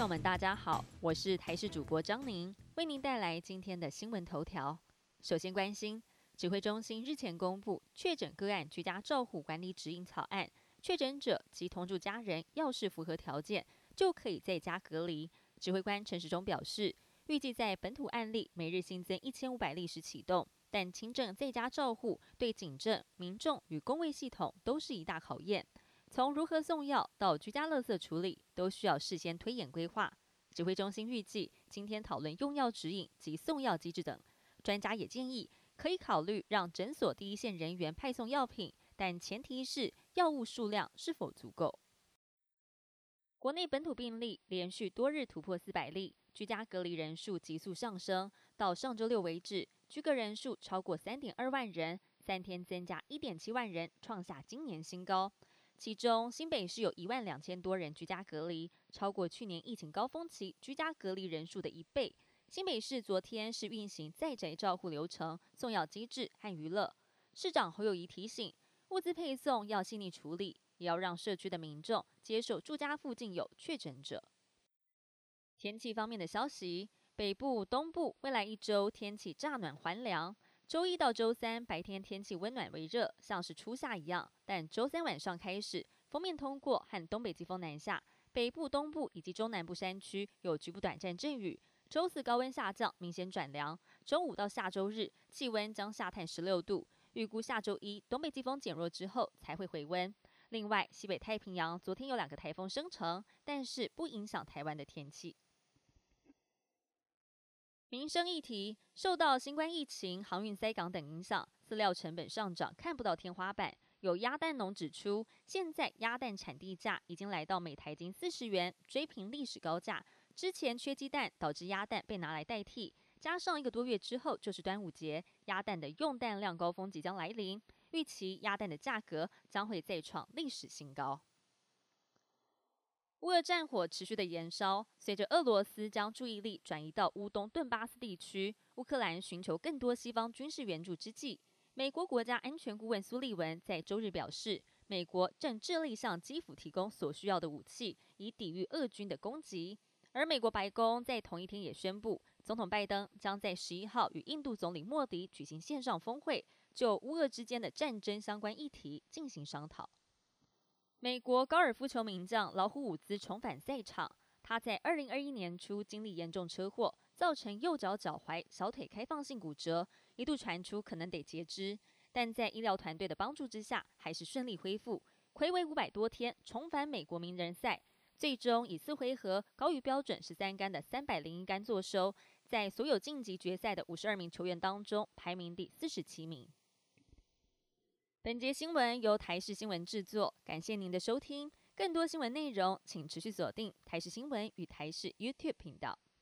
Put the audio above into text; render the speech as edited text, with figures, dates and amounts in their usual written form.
友们，大家好，我是台视主播张宁，为您带来今天的新闻头条。首先关心，指挥中心日前公布确诊个案居家照护管理指引草案，确诊者及同住家人要是符合条件，就可以在家隔离。指挥官陈时中表示，预计在本土案例每日新增1500例时启动，但轻症在家照护对警政、民众与公卫系统都是一大考验。从如何送药到居家垃圾处理，都需要事先推演规划。指挥中心预计今天讨论用药指引及送药机制等。专家也建议可以考虑让诊所第一线人员派送药品，但前提是药物数量是否足够。国内本土病例连续多日突破400例，居家隔离人数急速上升，到上周六为止，居隔人数超过3.2万人，3天增加1.7万人，创下今年新高。其中，新北市有12000多人居家隔离，超过去年疫情高峰期居家隔离人数的1倍。新北市昨天是运行在宅照护流程、送药机制和娱乐。市长侯友宜提醒，物资配送要细腻处理，也要让社区的民众接受住家附近有确诊者。天气方面的消息，北部、东部未来1周天气乍暖还凉。周一到周三白天天气温暖微热，像是初夏一样，但周三晚上开始，锋面通过和东北季风南下，北部、东部以及中南部山区有局部短暂阵雨。周四高温下降，明显转凉。周五到下周日，气温将下探16度。预估下周一东北季风减弱之后才会回温。另外，西北太平洋昨天有2个台风生成，但是不影响台湾的天气。民生议题，受到新冠疫情、航运塞港等影响，饲料成本上涨看不到天花板。有鸭蛋农指出，现在鸭蛋产地价已经来到每台斤40元，追平历史高价。之前缺鸡蛋，导致鸭蛋被拿来代替，加上1个多月之后就是端午节，鸭蛋的用蛋量高峰即将来临，预期鸭蛋的价格将会再创历史新高。乌俄战火持续的延烧，随着俄罗斯将注意力转移到乌东顿巴斯地区，乌克兰寻求更多西方军事援助之际，美国国家安全顾问苏利文在周日表示，美国正致力向基辅提供所需要的武器，以抵御俄军的攻击。而美国白宫在同一天也宣布，总统拜登将在11号与印度总理莫迪举行线上峰会，就乌俄之间的战争相关议题进行商讨。美国高尔夫球名将老虎伍兹重返赛场。他在2021年初经历严重车祸，造成右脚脚踝、小腿开放性骨折，一度传出可能得截肢，但在医疗团队的帮助之下，还是顺利恢复。睽违500多天，重返美国名人赛，最终以4回合高于标准13杆的301杆作收，在所有晋级决赛的52名球员当中排名第47名。本节新闻由台视新闻制作，感谢您的收听。更多新闻内容，请持续锁定台视新闻与台视 YouTube 频道。